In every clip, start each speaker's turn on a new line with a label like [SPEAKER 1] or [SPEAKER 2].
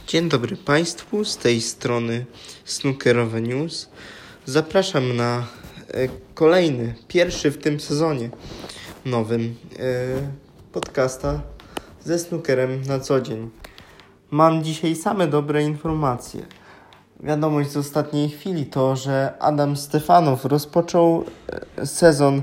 [SPEAKER 1] Dzień dobry Państwu, z tej strony Snookerowe News. Zapraszam na kolejny, pierwszy w tym sezonie nowym podcasta ze snookerem na co dzień. Mam dzisiaj same dobre informacje. Wiadomość z ostatniej chwili to, że Adam Stefanow rozpoczął sezon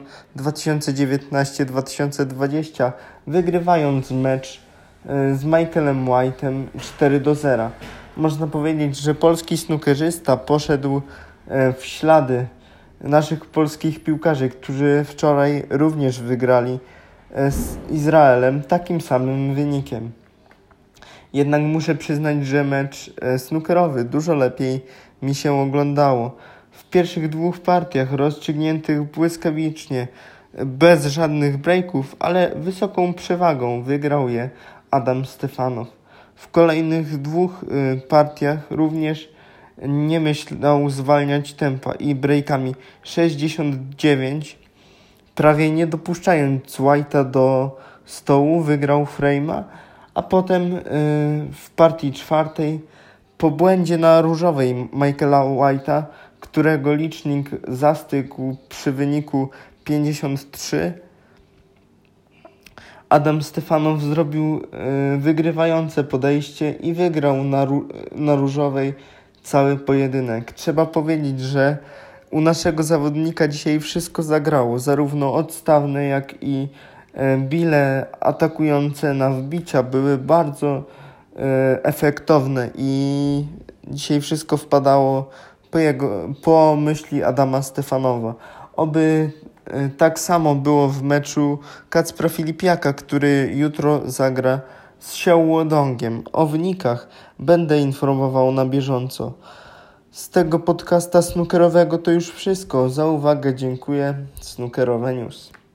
[SPEAKER 1] 2019-2020 wygrywając mecz z Michaelem White'em 4-0. Można powiedzieć, że polski snookerzysta poszedł w ślady naszych polskich piłkarzy, którzy wczoraj również wygrali z Izraelem takim samym wynikiem. Jednak muszę przyznać, że mecz snookerowy dużo lepiej mi się oglądało. W pierwszych dwóch partiach rozstrzygniętych błyskawicznie, bez żadnych breaków, ale wysoką przewagą wygrał je Adam Stefanow. W kolejnych dwóch partiach również nie myślał zwalniać tempa i breakami 69, prawie nie dopuszczając White'a do stołu, wygrał frame'a, a potem w partii czwartej po błędzie na różowej Michaela White'a, którego licznik zastygł przy wyniku 53, Adam Stefanow zrobił wygrywające podejście i wygrał na różowej cały pojedynek. Trzeba powiedzieć, że u naszego zawodnika dzisiaj wszystko zagrało, zarówno odstawne, jak i bile atakujące na wbicia były bardzo efektowne i dzisiaj wszystko wpadało po myśli Adama Stefanowa. Oby tak samo było w meczu Kacpra Filipiaka, który jutro zagra z Xiao Wodongiem. O wynikach będę informował na bieżąco. Z tego podcasta snookerowego to już wszystko. Za uwagę dziękuję. Snookerowe News.